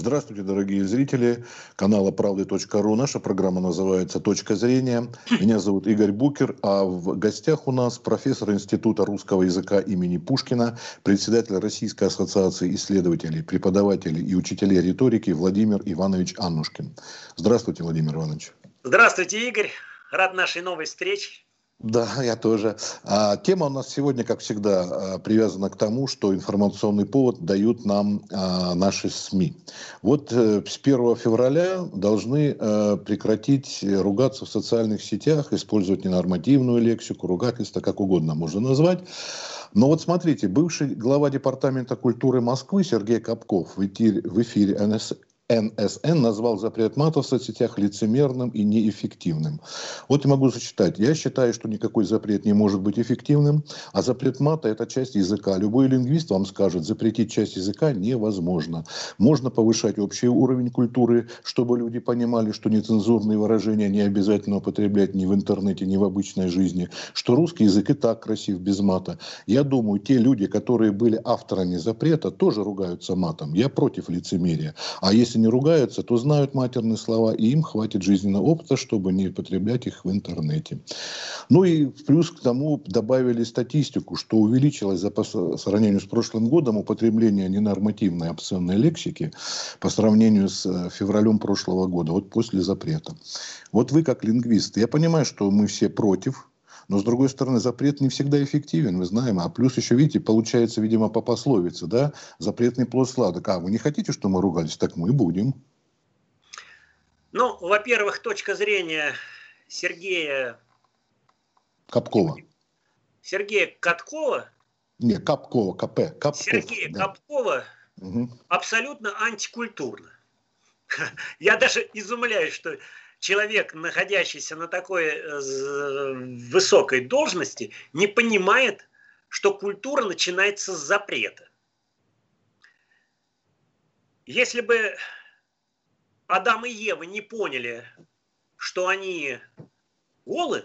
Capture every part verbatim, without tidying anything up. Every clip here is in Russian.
Здравствуйте, дорогие зрители канала правды точка ру. Наша программа называется «Точка зрения». Меня зовут Игорь Букер, а в гостях у нас профессор Института русского языка имени Пушкина, председатель Российской ассоциации исследователей, преподавателей и учителей риторики Владимир Иванович Аннушкин. Здравствуйте, Владимир Иванович. Здравствуйте, Игорь. Рад нашей новой встрече. Да, я тоже. А, тема у нас сегодня, как всегда, а, привязана к тому, что информационный повод дают нам а, наши СМИ. Вот э, с первого февраля должны э, прекратить ругаться в социальных сетях, использовать ненормативную лексику, ругательство, как угодно можно назвать. Но вот смотрите, бывший глава Департамента культуры Москвы Сергей Капков в эфире, в эфире эн эс эн эс эн назвал запрет мата в соцсетях лицемерным и неэффективным. Вот я могу зачитать. Я считаю, что никакой запрет не может быть эффективным, а запрет мата – это часть языка. Любой лингвист вам скажет, запретить часть языка невозможно. Можно повышать общий уровень культуры, чтобы люди понимали, что нецензурные выражения не обязательно употреблять ни в интернете, ни в обычной жизни, что русский язык и так красив без мата. Я думаю, те люди, которые были авторами запрета, тоже ругаются матом. Я против лицемерия. А если не ругаются, то знают матерные слова, и им хватит жизненного опыта, чтобы не употреблять их в интернете. Ну и плюс к тому добавили статистику, что увеличилось за, по сравнению с прошлым годом употребление ненормативной обсценной лексики по сравнению с февралем прошлого года, вот после запрета. Вот вы как лингвист, я понимаю, что мы все против. Но, с другой стороны, запрет не всегда эффективен, мы знаем. А плюс еще, видите, получается, видимо, по пословице, да, запретный плод сладок. А вы не хотите, чтобы мы ругались? Так мы и будем. Ну, во-первых, точка зрения Сергея... Капкова. Сергея Каткова. Не, Капкова, КП. Капков, Сергея да. Капкова угу. Абсолютно антикультурно. Я даже изумляюсь, что... человек, находящийся на такой высокой должности, не понимает, что культура начинается с запрета. Если бы Адам и Ева не поняли, что они голы,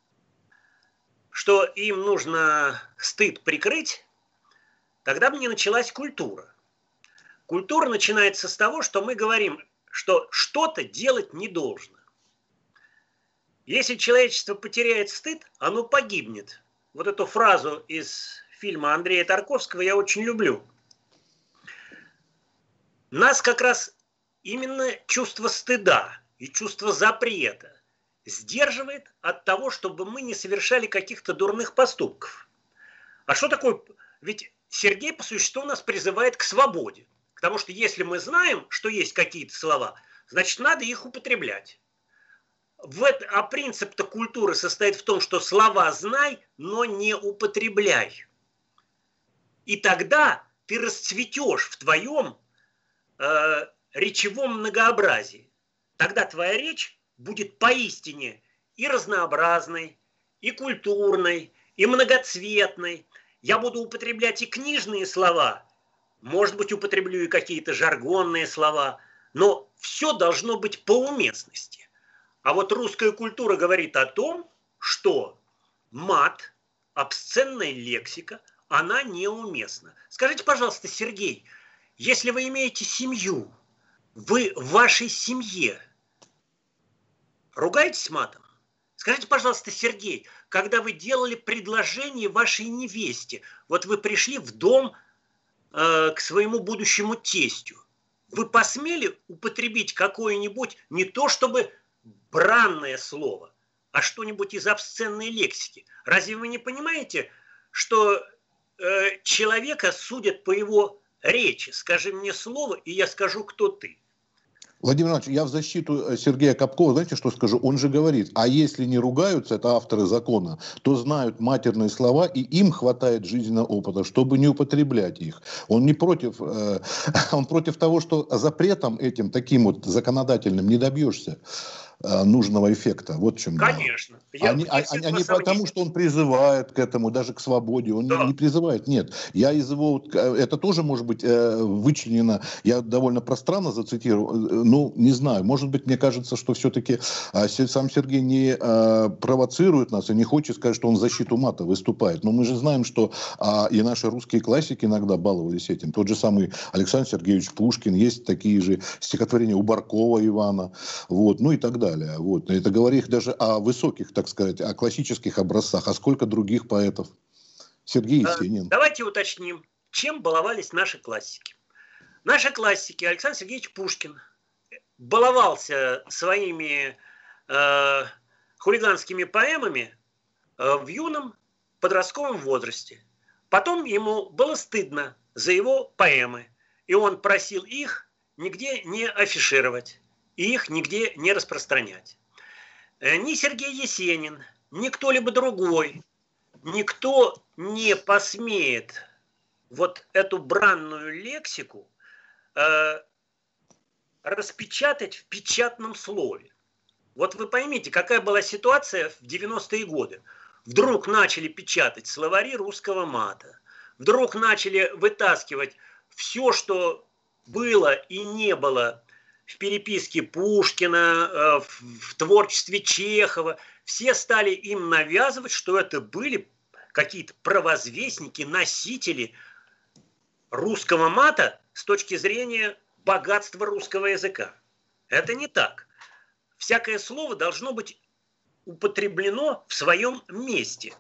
что им нужно стыд прикрыть, тогда бы не началась культура. Культура начинается с того, что мы говорим, что что-то делать не должно. Если человечество потеряет стыд, оно погибнет. Вот эту фразу из фильма Андрея Тарковского я очень люблю. Нас как раз именно чувство стыда и чувство запрета сдерживает от того, чтобы мы не совершали каких-то дурных поступков. А что такое? Ведь Сергей по существу нас призывает к свободе. Потому что если мы знаем, что есть какие-то слова, значит, надо их употреблять. В это, а принцип-то культуры состоит в том, что слова знай, но не употребляй. И тогда ты расцветешь в твоем э, речевом многообразии. Тогда твоя речь будет поистине и разнообразной, и культурной, и многоцветной. Я буду употреблять и книжные слова, может быть, употреблю и какие-то жаргонные слова, но все должно быть по уместности. А вот русская культура говорит о том, что мат, обсценная лексика, она неуместна. Скажите, пожалуйста, Сергей, если вы имеете семью, вы в вашей семье ругаетесь матом? Скажите, пожалуйста, Сергей, когда вы делали предложение вашей невесте, вот вы пришли в дом э, к своему будущему тестю, вы посмели употребить какое-нибудь, не то чтобы бранное слово, а что-нибудь из обсценной лексики? Разве вы не понимаете, что э, человека судят по его речи? Скажи мне слово, и я скажу, кто ты. Владимир Иванович, я в защиту Сергея Капкова, знаете, что скажу? Он же говорит, а если не ругаются, это авторы закона, то знают матерные слова, и им хватает жизненного опыта, чтобы не употреблять их. Он не против, э, он против того, что запретом этим, таким вот законодательным, не добьешься. э, нужного эффекта. Вот в чем дело. Конечно. Я, Они, они, светлое они потому, сомнение. что он призывает к этому, даже к свободе. Он не, Да. не призывает, нет. Я из его... вот, э, Это тоже может быть э, вычленено, я довольно пространно зацитирую, э, ну, не знаю, может быть, мне кажется, что все-таки э, се- сам Сергей не э, провоцирует нас и не хочет сказать, что он в защиту мата выступает. Но мы же знаем, что э, и наши русские классики иногда баловались этим. Тот же самый Александр Сергеевич Пушкин, есть такие же стихотворения у Баркова Ивана, вот, ну и так далее. Вот. Это говорит даже о высоких, так сказать, о классических образцах. А сколько других поэтов? Сергей Э, Есенин. Давайте уточним, чем баловались наши классики. Наши классики Александр Сергеевич Пушкин баловался своими э, хулиганскими поэмами э, в юном подростковом возрасте. Потом ему было стыдно за его поэмы, и он просил их нигде не афишировать и их нигде не распространять. Э, Ни Сергей Есенин, ни кто-либо другой, никто не посмеет вот эту бранную лексику э, распечатать в печатном слове. Вот вы поймите, какая была ситуация в девяностые годы. Вдруг начали печатать словари русского мата. Вдруг начали вытаскивать все, что было и не было в переписке Пушкина, в творчестве Чехова. Все стали им навязывать, что это были какие-то провозвестники, носители русского мата с точки зрения богатства русского языка. Это не так. Всякое слово должно быть употреблено в своем месте.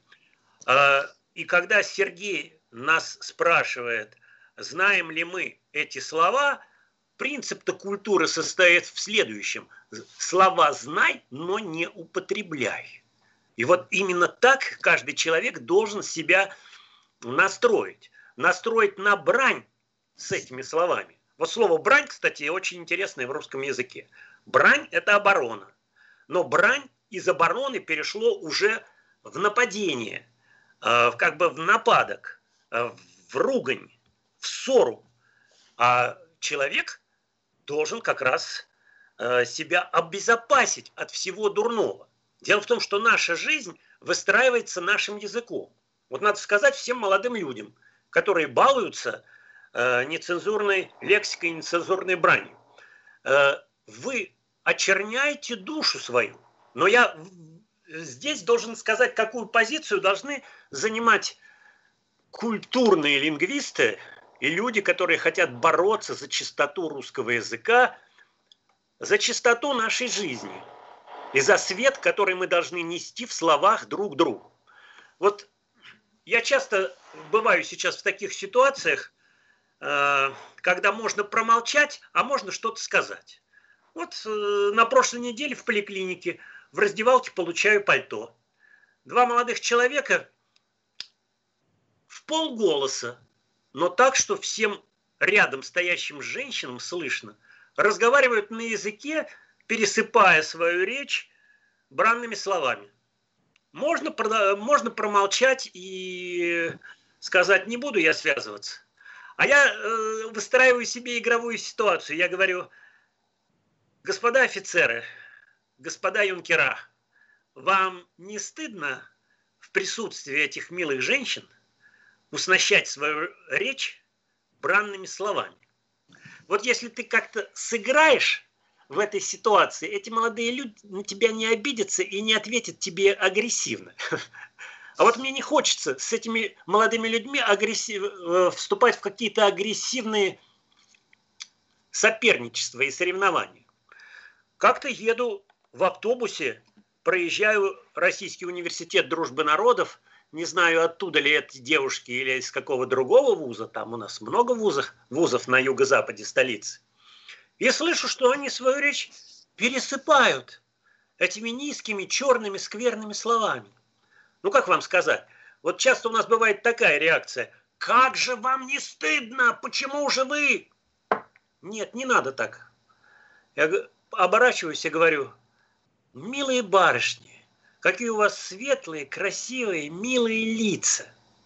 И когда Сергей нас спрашивает, знаем ли мы эти слова, принцип-то культуры состоит в следующем. Слова знай, но не употребляй. И вот именно так каждый человек должен себя настроить. Настроить на брань с этими словами. Вот слово «брань», кстати, очень интересное в русском языке. Брань – это оборона. Но брань из обороны перешло уже в нападение, как бы в нападок, в ругань, в ссору. А человек должен как раз себя обезопасить от всего дурного. Дело в том, что наша жизнь выстраивается нашим языком. Вот надо сказать всем молодым людям, которые балуются нецензурной лексикой, нецензурной бранью. Вы очерняете душу свою. Но я здесь должен сказать, какую позицию должны занимать культурные лингвисты и люди, которые хотят бороться за чистоту русского языка, за чистоту нашей жизни и за свет, который мы должны нести в словах друг другу. Вот я часто бываю сейчас в таких ситуациях, когда можно промолчать, а можно что-то сказать. Вот на прошлой неделе в поликлинике в раздевалке получаю пальто. Два молодых человека в полголоса, но так, что всем рядом стоящим женщинам слышно, разговаривают на языке, пересыпая свою речь бранными словами. Можно, можно промолчать и сказать, не буду я связываться. А я э, выстраиваю себе игровую ситуацию. Я говорю, господа офицеры, господа юнкера, вам не стыдно в присутствии этих милых женщин уснащать свою речь бранными словами? Вот если ты как-то сыграешь в этой ситуации, эти молодые люди на тебя не обидятся и не ответят тебе агрессивно. А вот мне не хочется с этими молодыми людьми агрессив... вступать в какие-то агрессивные соперничества и соревнования. Как-то еду в автобусе, проезжаю Российский университет дружбы народов, не знаю, оттуда ли эти девушки или из какого другого вуза, там у нас много вузов, вузов на юго-западе столицы. И слышу, что они свою речь пересыпают этими низкими, черными, скверными словами. Ну, как вам сказать? Вот часто у нас бывает такая реакция. Как же вам не стыдно? Почему же вы? Нет, не надо так. Я оборачиваюсь и говорю, милые барышни, какие у вас светлые, красивые, милые лица.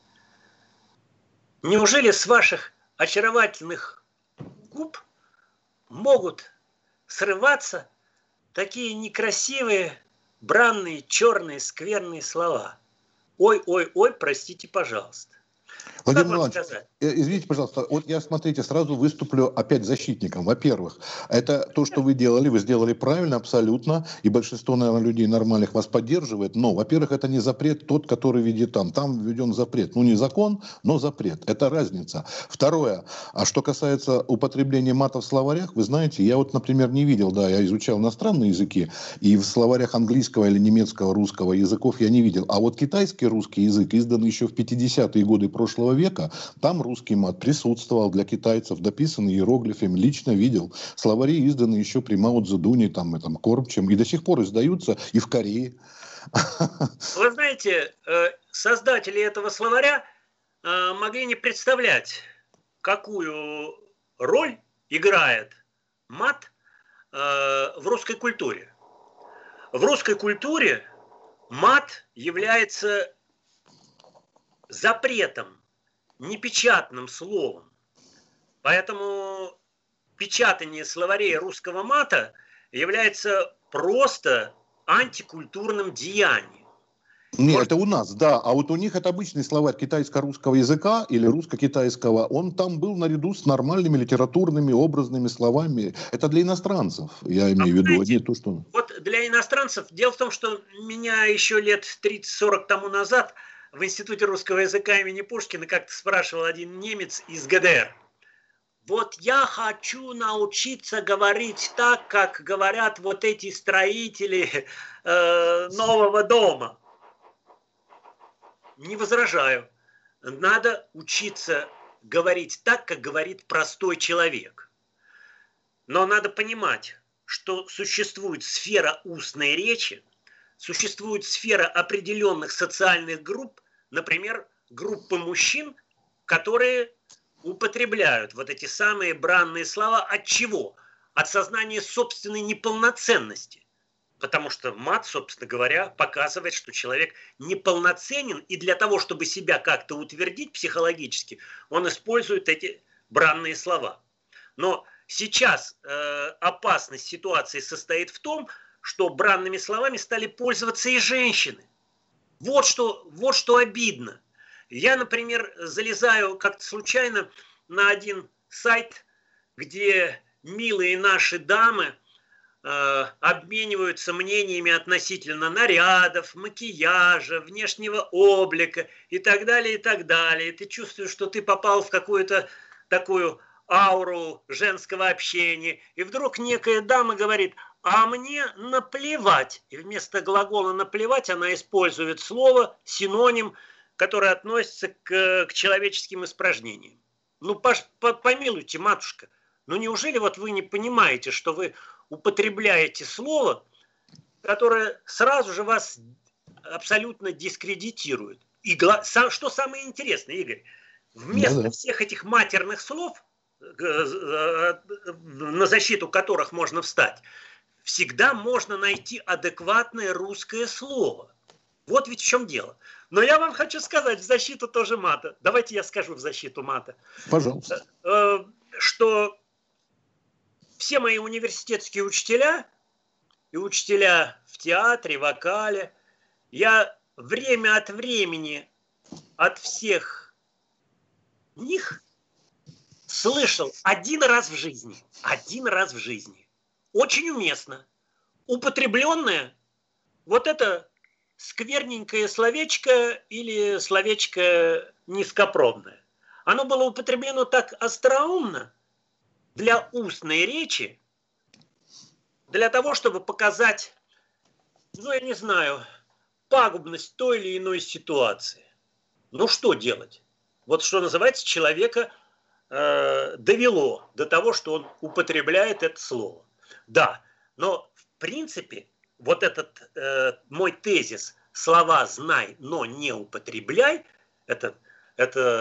Неужели с ваших очаровательных губ могут срываться такие некрасивые, бранные, черные, скверные слова. Ой, ой, ой, простите, пожалуйста. Владимир Иванович, извините, пожалуйста, вот я, смотрите, сразу выступлю опять защитником. Во-первых, это то, что вы делали, вы сделали правильно, абсолютно, и большинство, наверное, людей нормальных вас поддерживает, но, во-первых, это не запрет тот, который видит там. Там введен запрет. Ну, не закон, но запрет. Это разница. Второе, а что касается употребления мата в словарях, вы знаете, я вот, например, не видел, да, я изучал иностранные языки, и в словарях английского или немецкого, русского языков я не видел. А вот китайский русский язык, изданный еще в пятидесятые годы прошлого века, там русский мат присутствовал для китайцев, дописан иероглифами, лично видел. Словари изданы еще при Мао Цзэдуне, там, и, там, Кормчем, и до сих пор издаются и в Корее. Вы знаете, создатели этого словаря могли не представлять, какую роль играет мат в русской культуре. В русской культуре мат является запретом, непечатным словом. Поэтому печатание словарей русского мата является просто антикультурным деянием. Нет, Может... это у нас, да. А вот у них это обычный словарь китайско-русского языка или русско-китайского. Он там был наряду с нормальными литературными, образными словами. Это для иностранцев, я имею а в виду. Знаете, не то, что... Вот для иностранцев, дело в том, что меня еще лет тридцать-сорок тому назад в Институте русского языка имени Пушкина как-то спрашивал один немец из ГДР. Вот я хочу научиться говорить так, как говорят вот эти строители э, нового дома. Не возражаю. Надо учиться говорить так, как говорит простой человек. Но надо понимать, что существует сфера устной речи, существует сфера определенных социальных групп, например, группы мужчин, которые употребляют вот эти самые бранные слова. От чего? От сознания собственной неполноценности. Потому что мат, собственно говоря, показывает, что человек неполноценен, и для того, чтобы себя как-то утвердить психологически, он использует эти бранные слова. Но сейчас э, опасность ситуации состоит в том, что бранными словами стали пользоваться и женщины. Вот что, вот что обидно. Я, например, залезаю как-то случайно на один сайт, где милые наши дамы э, обмениваются мнениями относительно нарядов, макияжа, внешнего облика и так далее, и так далее. И ты чувствуешь, что ты попал в какую-то такую ауру женского общения. И вдруг некая дама говорит: а мне наплевать. И вместо глагола наплевать она использует слово, синоним, которое относится к, к человеческим испражнениям. Ну, Паш, по, помилуйте, матушка, ну неужели вот вы не понимаете, что вы употребляете слово, которое сразу же вас абсолютно дискредитирует? И гла... что самое интересное, Игорь, вместо да-да. всех этих матерных слов, на защиту которых можно встать, всегда можно найти адекватное русское слово. Вот ведь в чем дело. Но я вам хочу сказать в защиту тоже мата. Давайте я скажу в защиту мата. Пожалуйста. Что все мои университетские учителя и учителя в театре, вокале, я время от времени от всех них слышал один раз в жизни. Один раз в жизни. Очень уместно. Употребленное вот это скверненькое словечко или словечко низкопробное. Оно было употреблено так остроумно для устной речи, для того, чтобы показать, ну, я не знаю, пагубность той или иной ситуации. Ну, что делать? Вот что называется, человека э, довело до того, что он употребляет это слово. Да, но в принципе вот этот э, мой тезис «слова знай, но не употребляй», это, это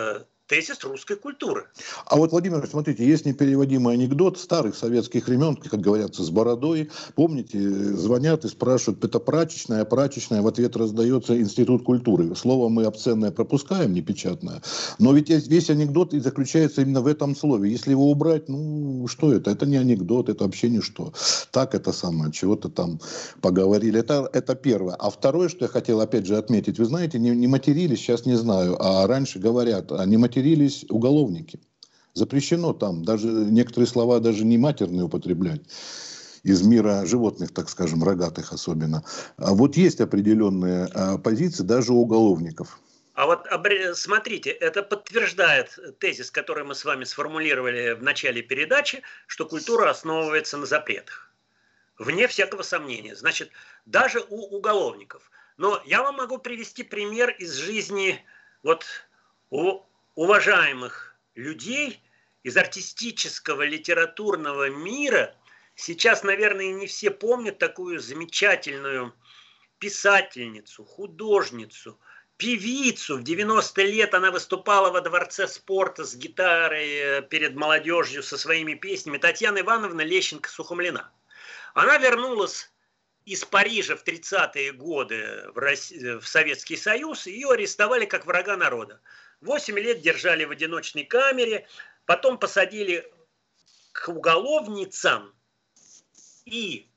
тезис русской культуры. А вот, Владимир, смотрите, есть непереводимый анекдот старых советских времен, как говорится, с бородой. Помните, звонят и спрашивают, это прачечная, а прачечная, в ответ раздается институт культуры. Слово мы обсценное пропускаем, непечатное. Но ведь весь анекдот и заключается именно в этом слове. Если его убрать, ну, что это? Это не анекдот, это вообще ничто. Так это самое, чего-то там поговорили. Это, это первое. А второе, что я хотел опять же отметить, вы знаете, не, не матерились, сейчас не знаю, а раньше говорят, а не матерились уголовники. Запрещено там даже некоторые слова даже не матерные употреблять. Из мира животных, так скажем, рогатых особенно. А вот есть определенные а, позиции даже у уголовников. А вот смотрите, это подтверждает тезис, который мы с вами сформулировали в начале передачи, что культура основывается на запретах. Вне всякого сомнения. Значит, даже у уголовников. Но я вам могу привести пример из жизни вот у уважаемых людей из артистического литературного мира. Сейчас, наверное, не все помнят такую замечательную писательницу, художницу, певицу. В девяносто лет она выступала во Дворце спорта с гитарой перед молодежью со своими песнями. Татьяна Ивановна Лещенко-Сухомлина. Она вернулась из Парижа в тридцатые годы в, Россию, в Советский Союз. Ее арестовали как врага народа. Восемь лет держали в одиночной камере, потом посадили к уголовницам, и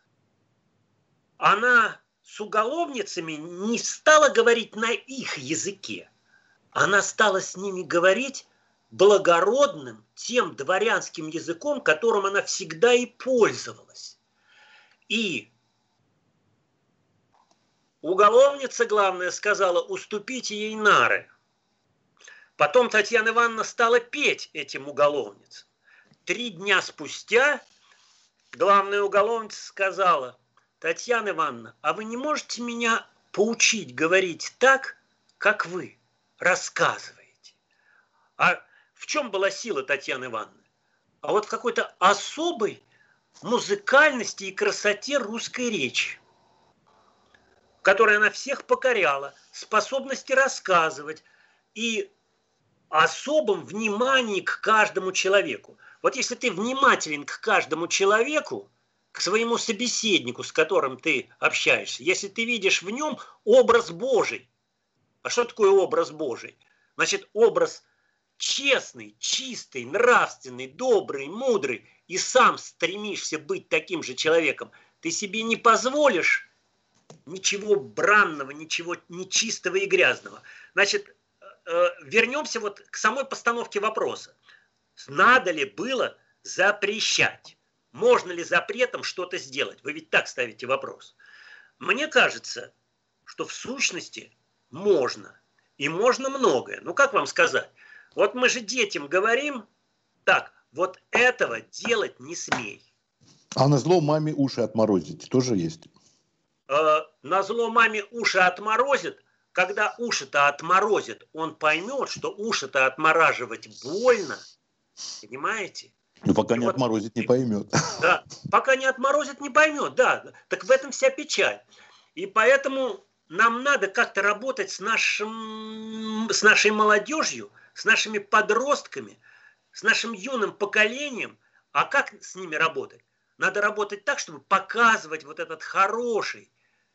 она с уголовницами не стала говорить на их языке, она стала с ними говорить благородным, тем дворянским языком, которым она всегда и пользовалась. И уголовница, главное, сказала: уступите ей нары. Потом Татьяна Ивановна стала петь этим уголовницам. Три дня спустя главная уголовница сказала: Татьяна Ивановна, а вы не можете меня поучить говорить так, как вы рассказываете? А в чем была сила Татьяны Ивановны? А вот в какой-то особой музыкальности и красоте русской речи, в которой она всех покоряла, способности рассказывать и особом внимании к каждому человеку. Вот если ты внимателен к каждому человеку, к своему собеседнику, с которым ты общаешься, если ты видишь в нем образ Божий. А что такое образ Божий? Значит, образ честный, чистый, нравственный, добрый, мудрый, и сам стремишься быть таким же человеком, ты себе не позволишь ничего бранного, ничего нечистого и грязного. Значит, вернемся вот к самой постановке вопроса. Надо ли было запрещать? Можно ли запретом что-то сделать? Вы ведь так ставите вопрос. Мне кажется, что в сущности можно. И можно многое. Ну, как вам сказать? Вот мы же детям говорим, так, вот этого делать не смей. А на зло маме уши отморозить тоже есть? Э, на зло маме уши отморозит. Когда уши-то отморозит, он поймет, что уши-то отмораживать больно. Понимаете? Ну, пока и не вот, отморозит, не поймет. Да, пока не отморозит, не поймет, да. Так в этом вся печаль. И поэтому нам надо как-то работать с, нашим, с нашей молодежью, с нашими подростками, с нашим юным поколением. А как с ними работать? Надо работать так, чтобы показывать вот этот хороший,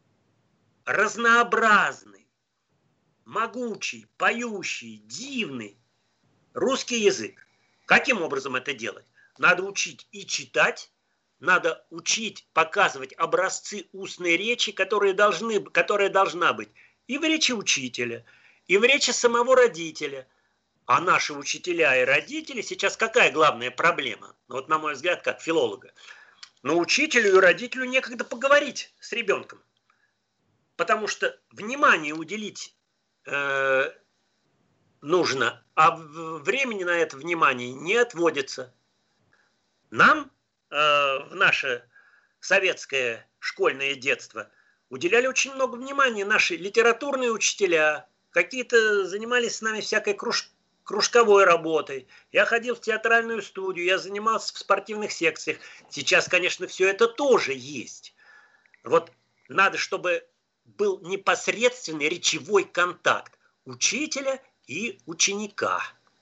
разнообразный, могучий, поющий, дивный русский язык. Каким образом это делать? Надо учить и читать, надо учить показывать образцы устной речи, которые должны, которая должна быть и в речи учителя, и в речи самого родителя. А наши учителя и родители сейчас какая главная проблема? Вот на мой взгляд, как филолога. Но учителю и родителю некогда поговорить с ребенком. Потому что внимание уделить э, нужно, а времени на это внимание не отводится. Нам э, в наше советское школьное детство уделяли очень много внимания наши литературные учителя, какие-то занимались с нами всякой круж, кружковой работой. Я ходил в театральную студию, я занимался в спортивных секциях. Сейчас, конечно, все это тоже есть. Вот надо, чтобы был непосредственный речевой контакт учителя и ученика.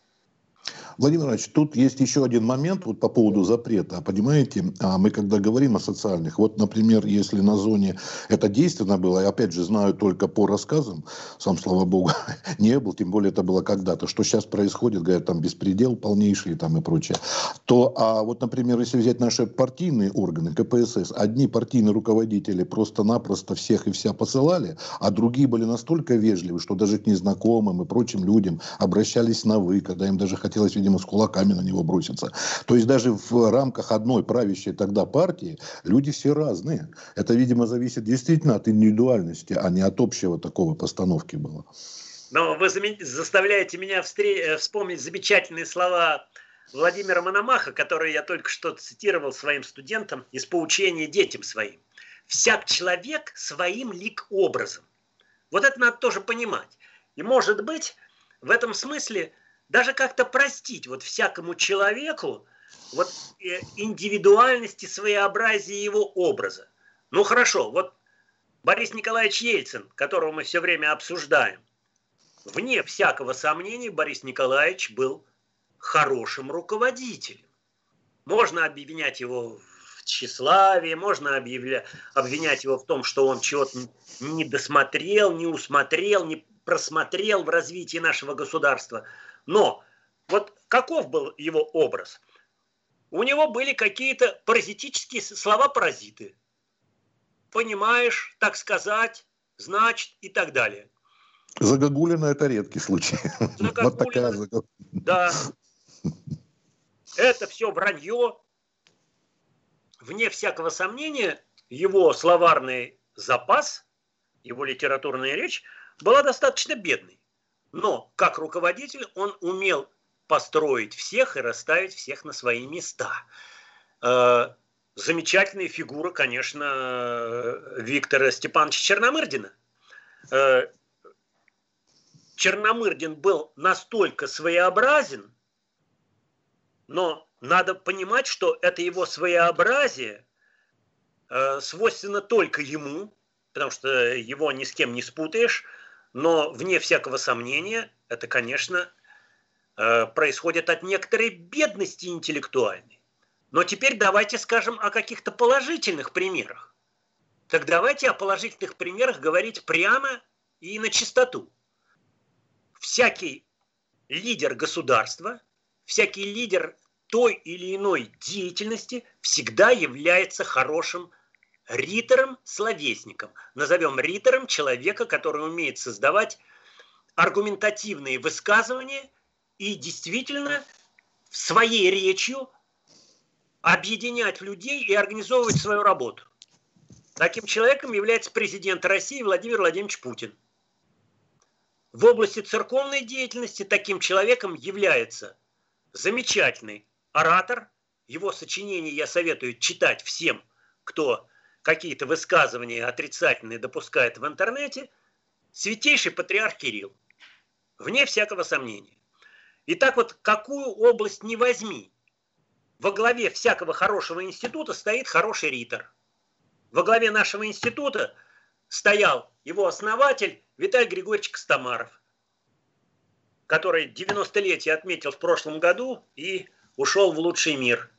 Владимир Иванович, тут есть еще один момент вот по поводу запрета. Понимаете, а мы когда говорим о социальных, вот, например, если на зоне это действенно было, я опять же знаю только по рассказам, сам, слава богу, не был, тем более это было когда-то, что сейчас происходит, говорят, там беспредел полнейший там и прочее, то, а вот, например, если взять наши партийные органы, ка пэ эс эс, одни партийные руководители просто-напросто всех и вся посылали, а другие были настолько вежливы, что даже к незнакомым и прочим людям обращались на «вы», когда им даже хотелось, видимо, с кулаками на него броситься. То есть даже в рамках одной правящей тогда партии люди все разные. Это, видимо, зависит действительно от индивидуальности, а не от общего такого постановки было. Но вы заставляете меня вспомнить замечательные слова Владимира Мономаха, которые я только что цитировал своим студентам из поучения детям своим. «Всяк человек своим лик образом». Вот это надо тоже понимать. И, может быть, в этом смысле даже как-то простить вот всякому человеку вот индивидуальность и своеобразие его образа. Ну хорошо, вот Борис Николаевич Ельцин, которого мы все время обсуждаем, вне всякого сомнения Борис Николаевич был хорошим руководителем. Можно обвинять его в тщеславии, можно объявля... обвинять его в том, что он чего-то не досмотрел, не усмотрел, не просмотрел в развитии нашего государства. Но вот каков был его образ? У него были какие-то паразитические слова-паразиты. Понимаешь, так сказать, значит и так далее. Загогулина — это редкий случай. Вот такая загогулина. Да. Это все вранье. Вне всякого сомнения, его словарный запас, его литературная речь была достаточно бедной. Но как руководитель он умел построить всех и расставить всех на свои места. Замечательная фигура, конечно, Виктора Степановича Черномырдина. Черномырдин был настолько своеобразен, но надо понимать, что это его своеобразие свойственно только ему, потому что его ни с кем не спутаешь, но вне всякого сомнения это, конечно, происходит от некоторой бедности интеллектуальной. Но теперь давайте скажем о каких-то положительных примерах. Так давайте о положительных примерах говорить прямо и на чистоту. Всякий лидер государства, всякий лидер той или иной деятельности всегда является хорошим ритором, словесником. Назовем ритором человека, который умеет создавать аргументативные высказывания и действительно своей речью объединять людей и организовывать свою работу. Таким человеком является президент России Владимир Владимирович Путин. В области церковной деятельности таким человеком является замечательный оратор. Его сочинения я советую читать всем, кто какие-то высказывания отрицательные допускает в интернете. Святейший патриарх Кирилл. Вне всякого сомнения. Итак, вот какую область не возьми, во главе всякого хорошего института стоит хороший ритор. Во главе нашего института стоял его основатель Виталий Григорьевич Костомаров, который девяностолетие отметил в прошлом году и ушел в лучший мир.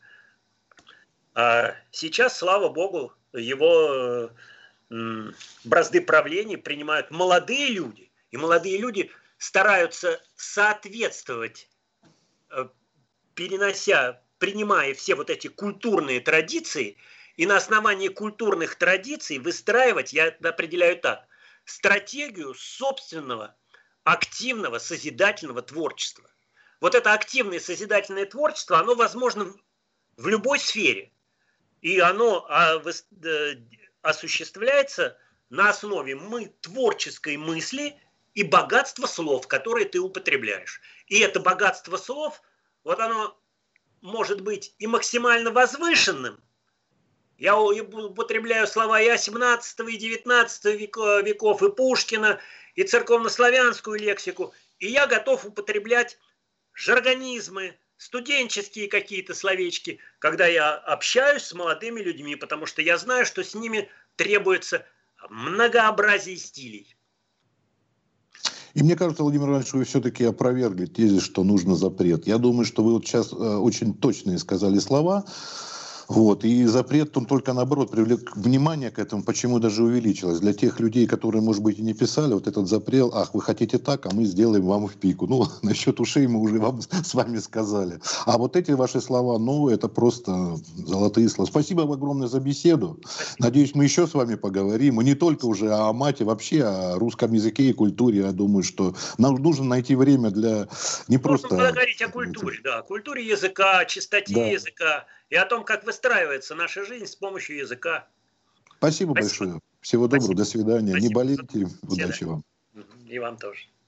А сейчас, слава богу, его бразды правления принимают молодые люди. И молодые люди стараются соответствовать, перенося, принимая все вот эти культурные традиции, и на основании культурных традиций выстраивать, я это определяю так, стратегию собственного активного созидательного творчества. Вот это активное созидательное творчество, оно возможно в любой сфере. И оно осуществляется на основе мы, творческой мысли и богатства слов, которые ты употребляешь. И это богатство слов, вот оно может быть и максимально возвышенным. Я употребляю слова и семнадцатого, и девятнадцатого веков, и Пушкина, и церковнославянскую лексику. И я готов употреблять жаргонизмы, студенческие какие-то словечки, когда я общаюсь с молодыми людьми, потому что я знаю, что с ними требуется многообразие стилей. И мне кажется, Владимир Иванович, вы все-таки опровергли тезис, что нужно запрет. Я думаю, что вы вот сейчас э, очень точные сказали слова. Вот. И запрет, он только наоборот привлек внимание к этому, почему даже увеличилось. Для тех людей, которые, может быть, и не писали, вот этот запрет, ах, вы хотите так, а мы сделаем вам в пику. Ну, насчет ушей мы уже вам с вами сказали. А вот эти ваши слова, ну, это просто золотые слова. Спасибо вам огромное за беседу. Надеюсь, мы еще с вами поговорим. И не только уже о мате, вообще о русском языке и культуре. Я думаю, что нам нужно найти время для не просто... Можно говорить о культуре, да, о культуре языка, о чистоте да. языка и о том, как выстраивается наша жизнь с помощью языка. Спасибо, Спасибо. большое. Всего доброго, Спасибо. До свидания. Спасибо. Не болейте, удачи вам. И вам тоже.